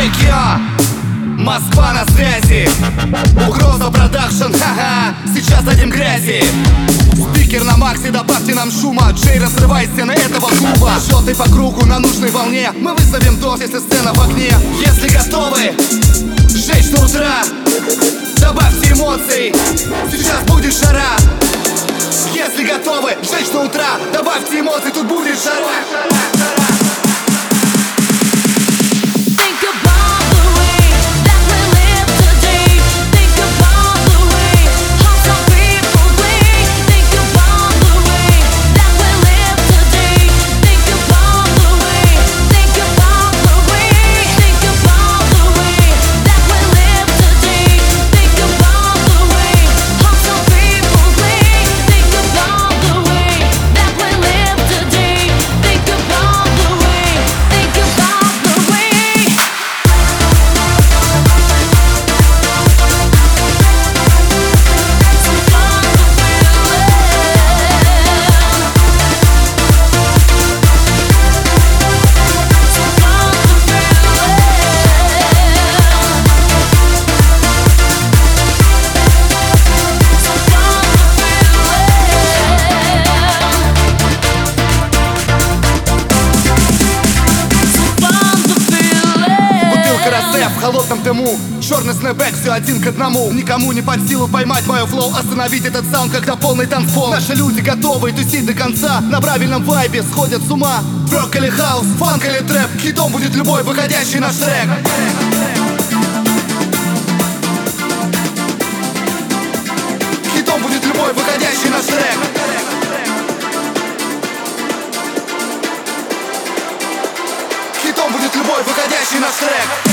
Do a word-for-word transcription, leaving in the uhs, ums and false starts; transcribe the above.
Токио, Москва на связи. Угроза продакшн, ха-ха, сейчас дадим грязи. Спикер на максе, добавьте нам шума. Джей, разрывай стены этого клуба. Желтый по кругу на нужной волне. Мы вызовем дождь, если сцена в огне. Если готовы сжечь до утра, добавьте эмоций, сейчас будет жара. Если готовы сжечь до утра, добавьте эмоций, тут будет жара. В холодном дыму, черный снэпбэк, все один к одному. Никому не под силу поймать мою флоу, остановить этот саунд, когда полный танцпол. Наши люди готовы тусить до конца, на правильном вайбе сходят с ума. Рок или хаус, фанк или трэп, хитом будет любой выходящий наш трек. Хитом будет любой выходящий наш трек. Хитом будет любой выходящий наш трек.